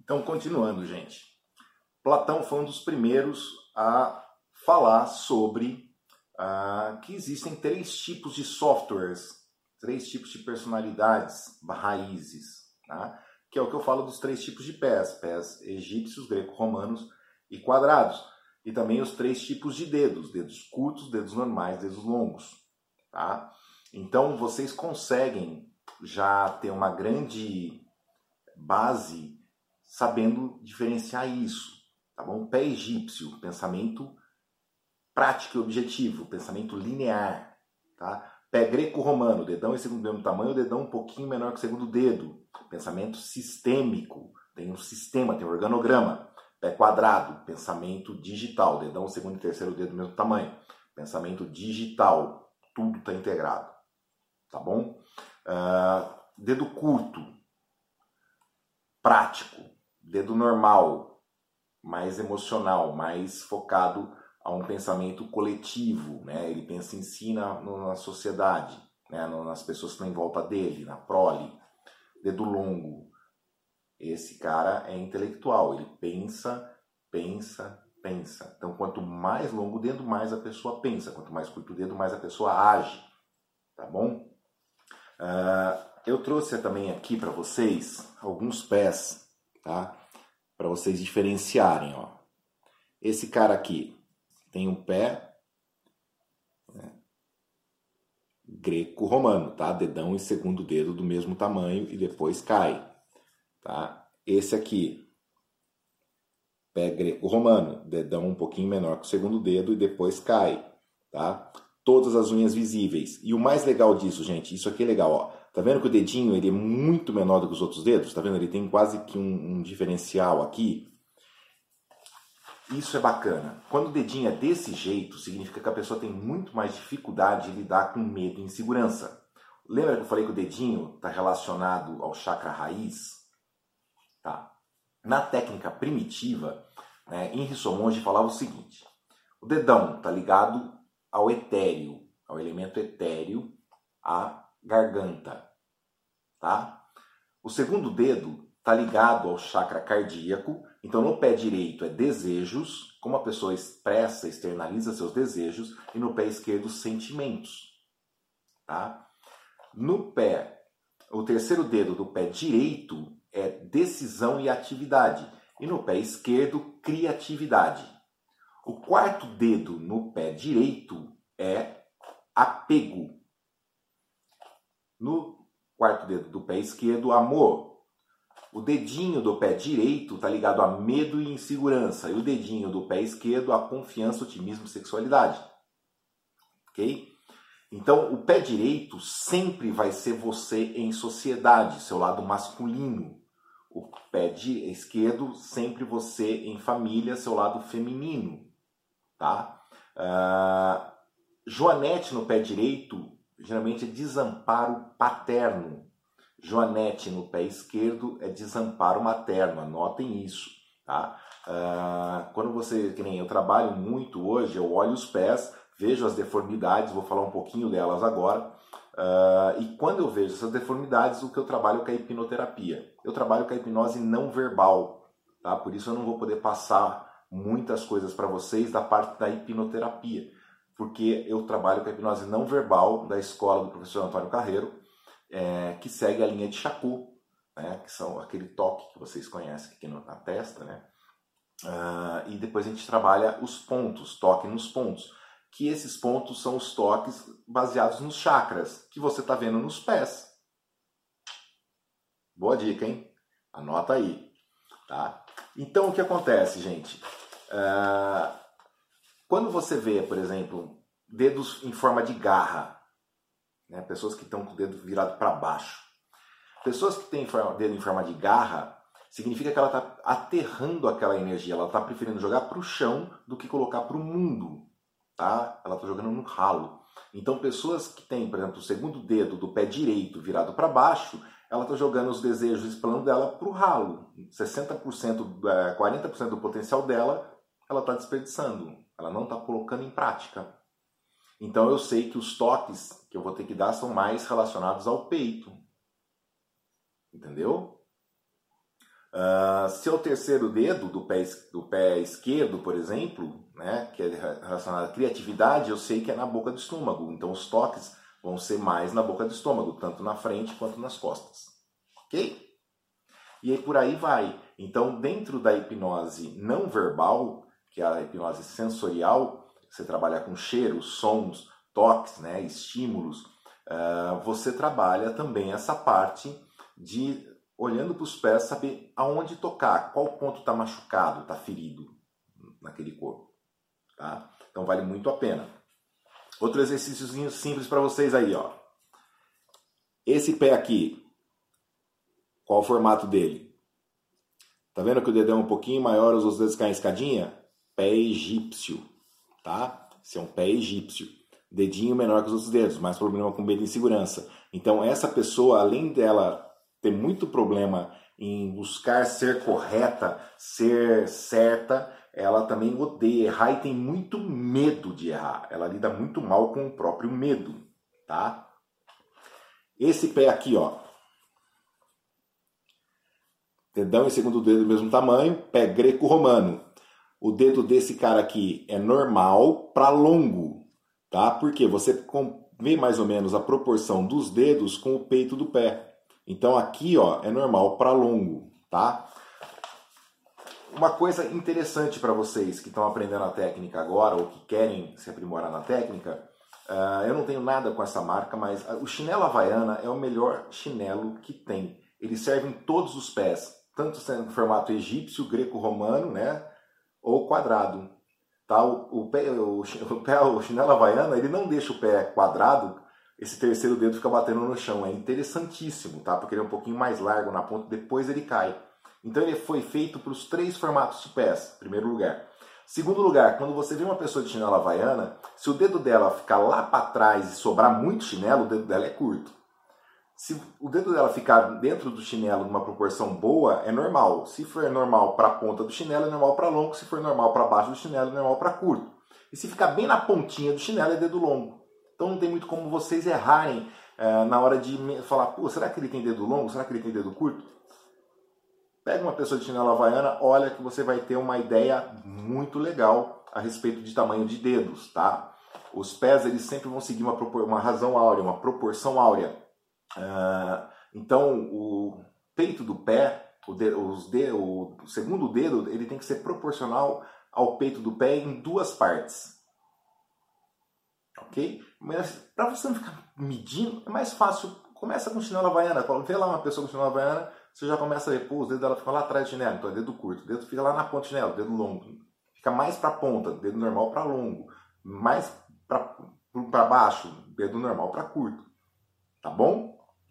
Então, continuando, gente. Platão foi um dos primeiros a falar sobre que existem 3 tipos de softwares, 3 tipos de personalidades, raízes, tá? Que é o que eu falo dos 3 tipos de pés egípcios, greco-romanos e quadrados. E também os 3 tipos de dedos curtos, dedos normais, dedos longos. Tá? Então, vocês conseguem já ter uma grande base sabendo diferenciar isso. Tá bom? Pé egípcio, pensamento prático e objetivo, pensamento linear. Tá? Pé greco-romano, dedão e segundo dedo no tamanho, o dedão um pouquinho menor que o segundo dedo. Pensamento sistêmico, tem um sistema, tem um organograma. Pé quadrado, pensamento digital, dedão, segundo e terceiro dedo do mesmo tamanho. Pensamento digital, tudo está integrado. Tá bom? Dedo curto, prático. Dedo normal, mais emocional, mais focado a um pensamento coletivo, né? Ele pensa em si na sociedade, né? Nas pessoas que estão em volta dele, na prole. Dedo longo, esse cara é intelectual, ele pensa. Então, quanto mais longo o dedo, mais a pessoa pensa. Quanto mais curto o dedo, mais a pessoa age. Tá bom? Eu trouxe também aqui para vocês alguns pés, tá? Para vocês diferenciarem, ó. Esse cara aqui tem um pé, né, greco-romano, tá? Dedão e segundo dedo do mesmo tamanho e depois cai, tá? Esse aqui, pé greco-romano, dedão um pouquinho menor que o segundo dedo e depois cai, tá? Todas as unhas visíveis. E o mais legal disso, gente, isso aqui é legal, ó. Tá vendo que o dedinho ele é muito menor do que os outros dedos? Tá vendo? Ele tem quase que um diferencial aqui. Isso é bacana. Quando o dedinho é desse jeito, significa que a pessoa tem muito mais dificuldade de lidar com medo e insegurança. Lembra que eu falei que o dedinho está relacionado ao chakra raiz? Tá. Na técnica primitiva, né, Henri Monge falava o seguinte: o dedão está ligado ao etéreo, ao elemento etéreo, à garganta. Tá? O segundo dedo está ligado ao chakra cardíaco. Então, no pé direito é desejos, como a pessoa expressa, externaliza seus desejos, e no pé esquerdo, sentimentos. Tá? No pé, o terceiro dedo do pé direito é decisão e atividade, e no pé esquerdo, criatividade. O quarto dedo no pé direito é apego. No quarto dedo do pé esquerdo, amor. O dedinho do pé direito está ligado a medo e insegurança. E o dedinho do pé esquerdo a confiança, otimismo e sexualidade. Ok? Então, o pé direito sempre vai ser você em sociedade, seu lado masculino. O pé esquerdo sempre você em família, seu lado feminino. Tá? Joanete no pé direito geralmente é desamparo paterno. Joanete no pé esquerdo é desamparo materno, anotem isso. Tá? Quando você, que nem eu trabalho muito hoje, eu olho os pés, vejo as deformidades, vou falar um pouquinho delas agora. E quando eu vejo essas deformidades, o que eu trabalho é com a hipnoterapia. Eu trabalho com a hipnose não verbal, tá? Por isso eu não vou poder passar muitas coisas para vocês da parte da hipnoterapia, porque eu trabalho com a hipnose não verbal da escola do professor Antônio Carreiro, que segue a linha de Charcot, né? Que são aquele toque que vocês conhecem aqui na testa, né? E depois a gente trabalha os pontos, toque nos pontos, que esses pontos são os toques baseados nos chakras, que você está vendo nos pés. Boa dica, hein? Anota aí. Tá? Então, o que acontece, gente? Quando você vê, por exemplo, dedos em forma de garra, né? Pessoas que estão com o dedo virado para baixo. Pessoas que têm dedo em forma de garra, significa que ela está aterrando aquela energia, ela está preferindo jogar para o chão do que colocar para o mundo. Tá? Ela está jogando no ralo. Então, pessoas que têm, por exemplo, o segundo dedo do pé direito virado para baixo, ela está jogando os desejos, esse plano dela para o ralo. 60%, 40% do potencial dela, ela está desperdiçando. Ela não está colocando em prática. Então, eu sei que os toques que eu vou ter que dar são mais relacionados ao peito. Entendeu? Se é o terceiro dedo do pé esquerdo, por exemplo, né, que é relacionado à criatividade, eu sei que é na boca do estômago. Então os toques vão ser mais na boca do estômago, tanto na frente quanto nas costas. Ok? E aí por aí vai. Então, dentro da hipnose não verbal, que é a hipnose sensorial, você trabalha com cheiros, sons, toques, né, estímulos, você trabalha também essa parte de, olhando para os pés, saber aonde tocar, qual ponto está machucado, está ferido naquele corpo. Tá? Então vale muito a pena. Outro exercíciozinho simples para vocês aí, ó. Esse pé aqui, qual o formato dele? Tá vendo que o dedão é um pouquinho maior, os outros dedos caem em escadinha? Pé egípcio, tá? Esse é um pé egípcio. Dedinho menor que os outros dedos, mais problema com medo e insegurança. Então essa pessoa, além dela ter muito problema em buscar ser correta, ser certa, ela também odeia errar e tem muito medo de errar. Ela lida muito mal com o próprio medo, tá? Esse pé aqui, ó. Dedão e segundo dedo do mesmo tamanho, pé greco-romano. O dedo desse cara aqui é normal para longo, tá? Porque você vê mais ou menos a proporção dos dedos com o peito do pé. Então aqui, ó, é normal para longo, tá? Uma coisa interessante para vocês que estão aprendendo a técnica agora ou que querem se aprimorar na técnica, eu não tenho nada com essa marca, mas o chinelo Havaiana é o melhor chinelo que tem. Ele serve em todos os pés, tanto sendo em formato egípcio, greco-romano, né, ou quadrado. Tá? O chinelo Havaiana, ele não deixa o pé quadrado, esse terceiro dedo fica batendo no chão. É interessantíssimo, tá? Porque ele é um pouquinho mais largo na ponta, depois ele cai. Então ele foi feito para os 3 formatos de pés, em primeiro lugar. Segundo lugar, quando você vê uma pessoa de chinelo Havaiana, se o dedo dela ficar lá para trás e sobrar muito chinelo, o dedo dela é curto. Se o dedo dela ficar dentro do chinelo numa proporção boa, é normal. Se for normal para a ponta do chinelo, é normal para longo. Se for normal para baixo do chinelo, é normal para curto. E se ficar bem na pontinha do chinelo, é dedo longo. Então não tem muito como vocês errarem na hora de falar, pô, será que ele tem dedo longo? Será que ele tem dedo curto? Pega uma pessoa de chinelo Havaiana, olha que você vai ter uma ideia muito legal a respeito de tamanho de dedos, tá? Os pés, eles sempre vão seguir uma razão áurea, uma proporção áurea. Então, o peito do pé, o segundo dedo, ele tem que ser proporcional ao peito do pé em 2 partes. Ok? Mas para você não ficar medindo, é mais fácil. Começa com chinelo Havaiana. Vê lá uma pessoa com chinelo Havaiana, você já começa a ver, pô, os dedos dela ficam lá atrás do chinelo, então é dedo curto. O dedo fica lá na ponta do chinelo, dedo longo. Fica mais para a ponta, dedo normal para longo. Mais para baixo, dedo normal para curto. Tá bom?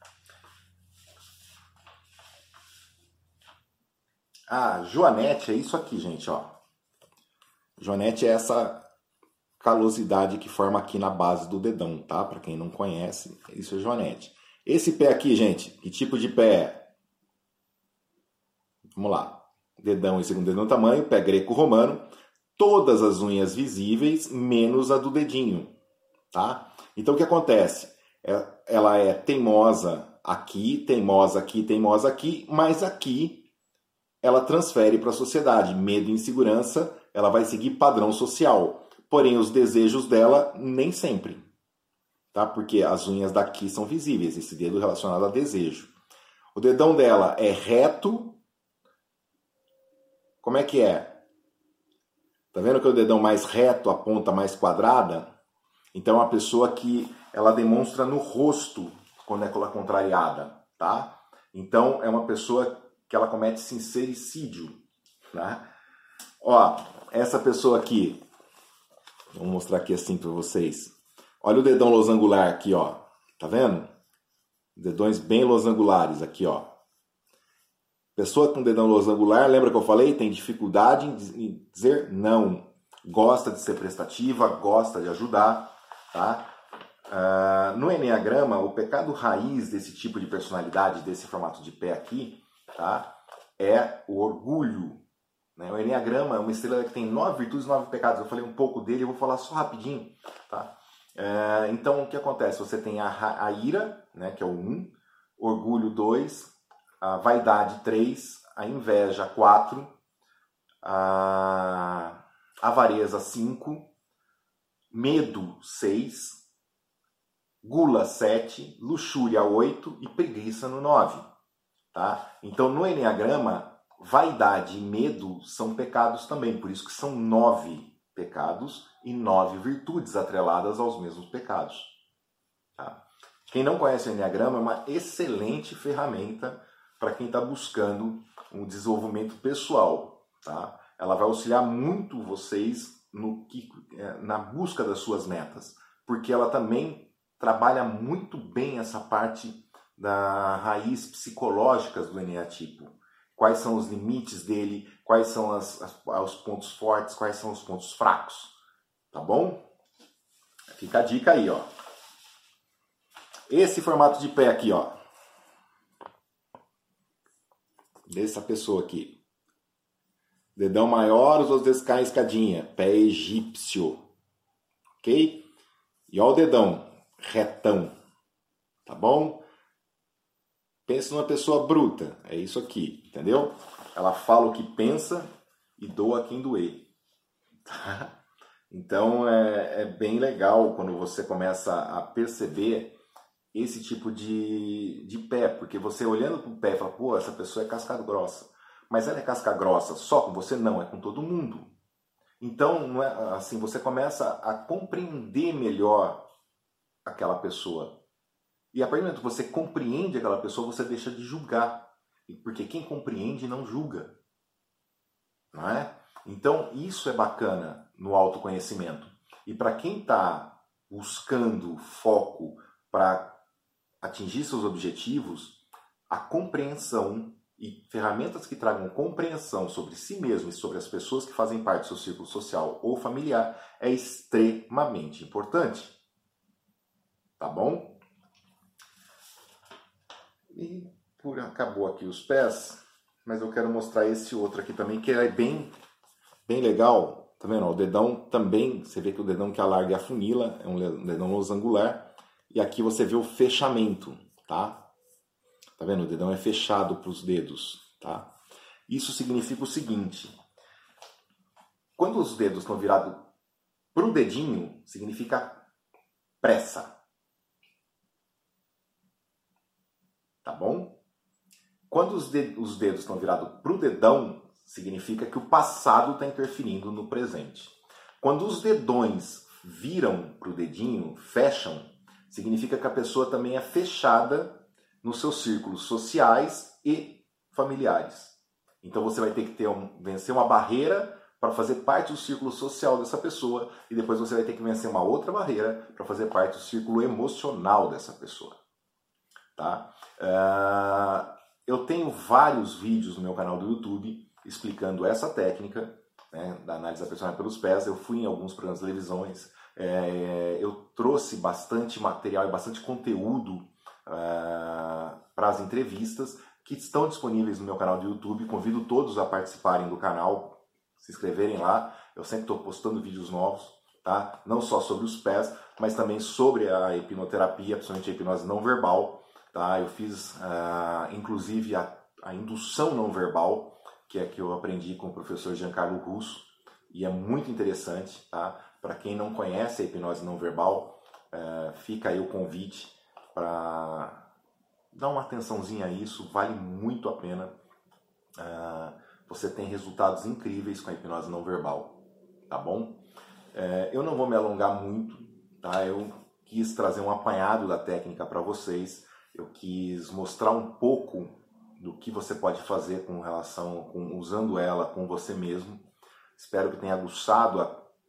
Joanete é isso aqui, gente, ó. Joanete é essa calosidade que forma aqui na base do dedão, tá? Para quem não conhece, isso é joanete. Esse pé aqui, gente, que tipo de pé é? Vamos lá. Dedão e segundo dedão tamanho, pé greco-romano, todas as unhas visíveis, menos a do dedinho, tá? Então o que acontece? Ela é teimosa aqui, teimosa aqui, mas aqui ela transfere para a sociedade. Medo e insegurança, ela vai seguir padrão social. Porém, os desejos dela, nem sempre. Tá? Porque as unhas daqui são visíveis, esse dedo relacionado a desejo. O dedão dela é reto. Como é que é? Tá vendo que é o dedão mais reto, a ponta mais quadrada? Então é uma pessoa que ela demonstra no rosto quando é contrariada. Tá? Então é uma pessoa que ela comete sincericídio. Tá? Ó, essa pessoa aqui, vou mostrar aqui assim para vocês. Olha o dedão losangular aqui, ó. Tá vendo? Dedões bem losangulares aqui, ó. Pessoa com dedão losangular, lembra que eu falei? Tem dificuldade em dizer não. Gosta de ser prestativa, gosta de ajudar, tá? No Enneagrama, o pecado raiz desse tipo de personalidade, desse formato de pé aqui, tá? É o orgulho. Né? O Enneagrama é uma estrela que tem 9 virtudes e 9 pecados. Eu falei um pouco dele, eu vou falar só rapidinho. Tá? Então, o que acontece? Você tem a ira, né, que é o 1, orgulho 2, a vaidade 3, a inveja 4, a avareza 5, medo 6, gula 7, luxúria 8 e preguiça no 9. Tá? Então no Enneagrama, vaidade e medo são pecados também, por isso que são 9 pecados e 9 virtudes atreladas aos mesmos pecados. Tá? Quem não conhece o Enneagrama é uma excelente ferramenta para quem está buscando um desenvolvimento pessoal. Tá? Ela vai auxiliar muito vocês na busca das suas metas, porque ela também trabalha muito bem essa parte da raiz psicológicas do eneatipo. Quais são os limites dele, quais são os pontos fortes, quais são os pontos fracos. Tá bom? Fica a dica aí, ó. Esse formato de pé aqui, ó. Dessa pessoa aqui. Dedão maior, os dedos caem escadinha. Pé egípcio. Ok? E ó o dedão. Retão. Tá bom? Pensa numa pessoa bruta. É isso aqui. Entendeu? Ela fala o que pensa e doa quem doer. Tá? Então é bem legal quando você começa a perceber esse tipo de pé, porque você olhando para o pé fala, pô, essa pessoa é casca grossa. Mas ela é casca grossa só com você? Não, é com todo mundo. Então, não é, assim, você começa a compreender melhor aquela pessoa. E a partir do momento que você compreende aquela pessoa, você deixa de julgar. Porque quem compreende não julga. Não é? Então, isso é bacana no autoconhecimento. E para quem está buscando foco para atingir seus objetivos, a compreensão e ferramentas que tragam compreensão sobre si mesmo e sobre as pessoas que fazem parte do seu círculo social ou familiar é extremamente importante. Tá bom? E acabou aqui os pés, mas eu quero mostrar esse outro aqui também, que é bem legal. Tá vendo? O dedão também, você vê que o dedão que alarga e afunila, é um dedão losangular. E aqui você vê o fechamento, tá? Tá vendo? O dedão é fechado para os dedos, tá? Isso significa o seguinte. Quando os dedos estão virados para o dedinho, significa pressa. Tá bom? Quando os dedos estão virados para o dedão, significa que o passado está interferindo no presente. Quando os dedões viram para o dedinho, fecham, significa que a pessoa também é fechada nos seus círculos sociais e familiares. Então você vai ter que vencer uma barreira para fazer parte do círculo social dessa pessoa e depois você vai ter que vencer uma outra barreira para fazer parte do círculo emocional dessa pessoa. Tá? Eu tenho vários vídeos no meu canal do YouTube explicando essa técnica, né, da análise da personalidade pelos pés. Eu fui em alguns programas de televisões. Eu trouxe bastante material e bastante conteúdo para as entrevistas que estão disponíveis no meu canal do YouTube. Convido todos a participarem do canal, se inscreverem lá. Eu sempre estou postando vídeos novos, tá? Não só sobre os pés, mas também sobre a hipnoterapia, principalmente a hipnose não verbal. Tá? Eu fiz inclusive a indução não verbal, que é que eu aprendi com o professor Giancarlo Russo, e é muito interessante, tá? Para quem não conhece a hipnose não verbal, fica aí o convite para dar uma atençãozinha a isso, vale muito a pena. Você tem resultados incríveis com a hipnose não verbal, tá bom? Eu não vou me alongar muito, tá? Eu quis trazer um apanhado da técnica para vocês, eu quis mostrar um pouco do que você pode fazer usando ela com você mesmo. Espero que tenha aguçado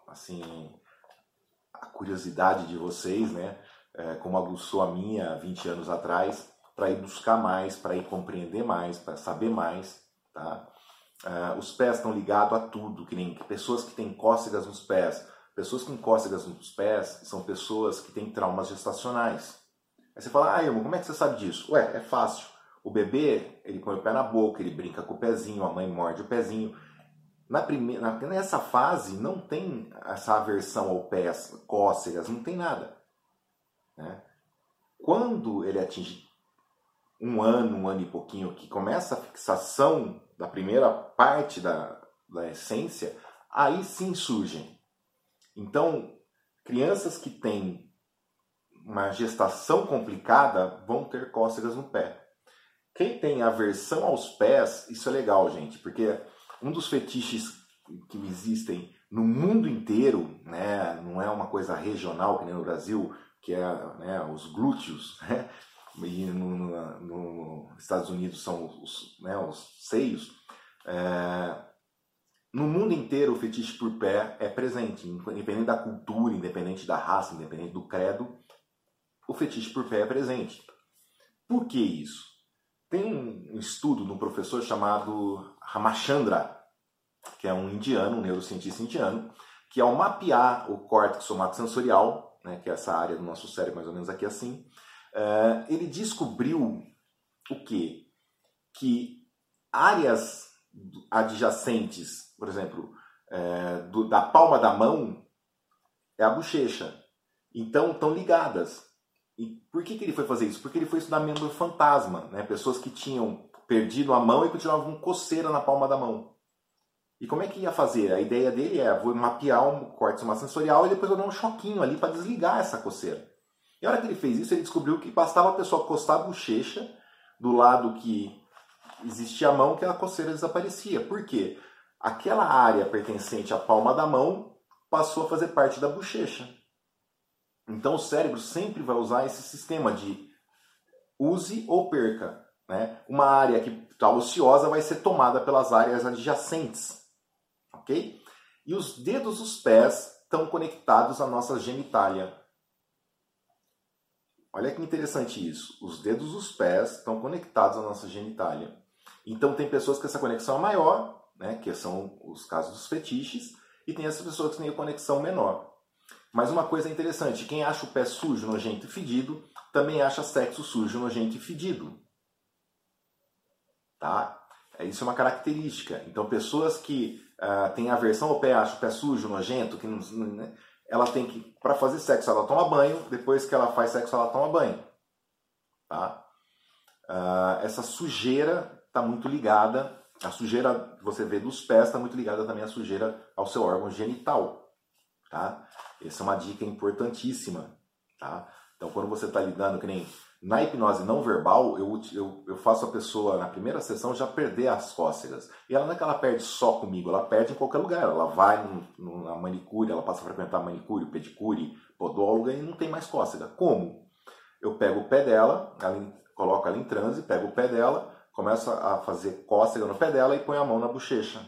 a curiosidade de vocês, né? Como aguçou a minha 20 anos atrás, para ir buscar mais, para ir compreender mais, para saber mais. Tá? Os pés estão ligados a tudo, que nem pessoas que têm cócegas nos pés. Pessoas com cócegas nos pés são pessoas que têm traumas gestacionais. Aí você fala, irmão, como é que você sabe disso? Ué, é fácil. O bebê, ele põe o pé na boca, ele brinca com o pezinho, a mãe morde o pezinho. Nessa fase não tem essa aversão ao pé, cócegas, não tem nada. Né? Quando ele atinge um ano e pouquinho, que começa a fixação da primeira parte da essência, aí sim surgem. Então, crianças que têm uma gestação complicada vão ter cócegas no pé. Quem tem aversão aos pés, isso é legal, gente, porque um dos fetiches que existem no mundo inteiro, né, não é uma coisa regional que nem no Brasil, que é, né, os glúteos, né, e nos Estados Unidos são os seios. No mundo inteiro o fetiche por pé é presente, independente da cultura, independente da raça, independente do credo, o fetiche por pé é presente. Por que isso? Tem um estudo de um professor chamado Ramachandra, que é um indiano, um neurocientista indiano, que ao mapear o córtex somatosensorial, né, que é essa área do nosso cérebro mais ou menos aqui assim, ele descobriu o quê? Que áreas adjacentes, por exemplo, da palma da mão é a bochecha. Então, estão ligadas. E por que ele foi fazer isso? Porque ele foi estudar membro fantasma, né? Pessoas que tinham perdido a mão e continuavam com coceira na palma da mão. E como é que ia fazer? A ideia dele vou mapear um córtex somatosensorial e depois eu dar um choquinho ali para desligar essa coceira. E a hora que ele fez isso, ele descobriu que bastava a pessoa coçar a bochecha do lado que existia a mão que a coceira desaparecia. Por quê? Aquela área pertencente à palma da mão passou a fazer parte da bochecha. Então o cérebro sempre vai usar esse sistema de use ou perca, né? Uma área que está ociosa vai ser tomada pelas áreas adjacentes, ok? E os dedos dos pés estão conectados à nossa genitália. Olha que interessante isso. Os dedos dos pés estão conectados à nossa genitália. Então tem pessoas que essa conexão é maior, né? Que são os casos dos fetiches, e tem essas pessoas que têm a conexão menor. Mas uma coisa interessante, quem acha o pé sujo, nojento e fedido, também acha sexo sujo, nojento e fedido. Tá? Isso é uma característica. Então, pessoas que têm aversão ao pé, acham o pé sujo, nojento, que não, né? Ela tem que, para fazer sexo, ela toma banho, depois que ela faz sexo, ela toma banho. Tá? Essa sujeira está muito ligada, a sujeira que você vê dos pés está muito ligada também à sujeira ao seu órgão genital. Tá? Essa é uma dica importantíssima. Tá? Então, quando você está lidando, que nem na hipnose não verbal, eu faço a pessoa, na primeira sessão, já perder as cócegas. E ela não é que ela perde só comigo, ela perde em qualquer lugar. Ela vai na manicure, ela passa a frequentar manicure, pedicure, podóloga e não tem mais cócega. Como? Eu pego o pé dela, coloco ela em transe, pego o pé dela, começo a fazer cócega no pé dela e ponho a mão na bochecha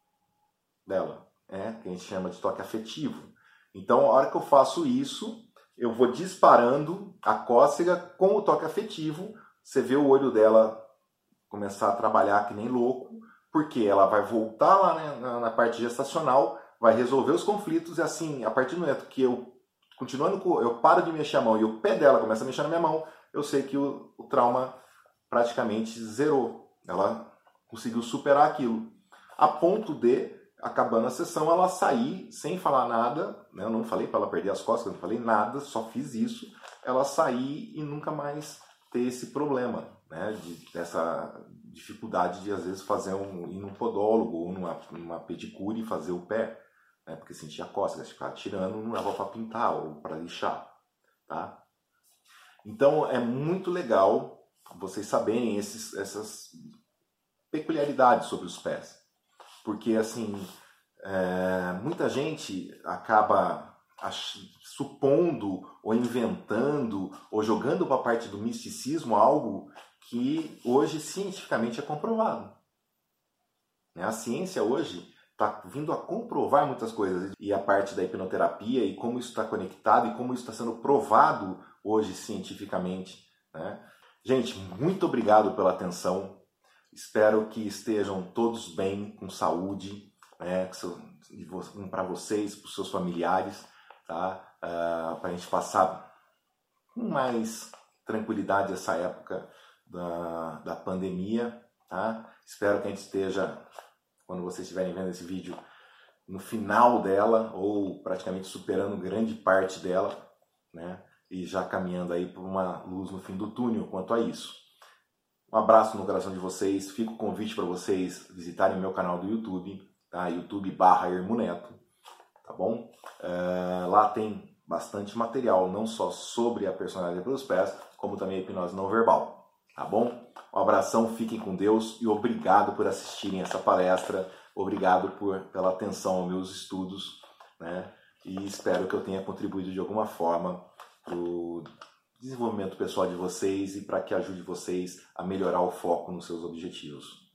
dela. Que a gente chama de toque afetivo. Então, a hora que eu faço isso, eu vou disparando a cócega com o toque afetivo. Você vê o olho dela começar a trabalhar que nem louco, porque ela vai voltar lá, né, na parte gestacional, vai resolver os conflitos, e assim, a partir do momento que eu paro de mexer a mão e o pé dela começa a mexer na minha mão, eu sei que o trauma praticamente zerou. Ela conseguiu superar aquilo. A ponto de, acabando a sessão, ela sair sem falar nada, né? Eu não falei para ela perder as costas, eu não falei nada, só fiz isso. Ela sair e nunca mais ter esse problema, né? Dessa dificuldade de, às vezes, ir num podólogo ou numa pedicure e fazer o pé, né? Porque sentia cócegas, ficar tirando, não dava para pintar ou para lixar. Tá? Então, é muito legal vocês saberem essas peculiaridades sobre os pés. Porque, assim, muita gente acaba supondo, ou inventando, ou jogando para a parte do misticismo algo que hoje cientificamente é comprovado. A ciência hoje está vindo a comprovar muitas coisas. E a parte da hipnoterapia e como isso está conectado e como isso está sendo provado hoje cientificamente. Né? Gente, muito obrigado pela atenção. Espero que estejam todos bem, com saúde, né, para vocês, para os seus familiares, tá? Para a gente passar com mais tranquilidade essa época da pandemia. Tá? Espero que a gente esteja, quando vocês estiverem vendo esse vídeo, no final dela, ou praticamente superando grande parte dela, né? E já caminhando aí por uma luz no fim do túnel quanto a isso. Um abraço no coração de vocês. Fica o convite para vocês visitarem meu canal do YouTube, tá? YouTube/Hermuneto, tá bom? Lá tem bastante material, não só sobre a personalidade pelos pés, como também a hipnose não verbal, tá bom? Um abração, fiquem com Deus e obrigado por assistirem essa palestra, obrigado pela atenção aos meus estudos, né? E espero que eu tenha contribuído de alguma forma para o desenvolvimento pessoal de vocês e para que ajude vocês a melhorar o foco nos seus objetivos.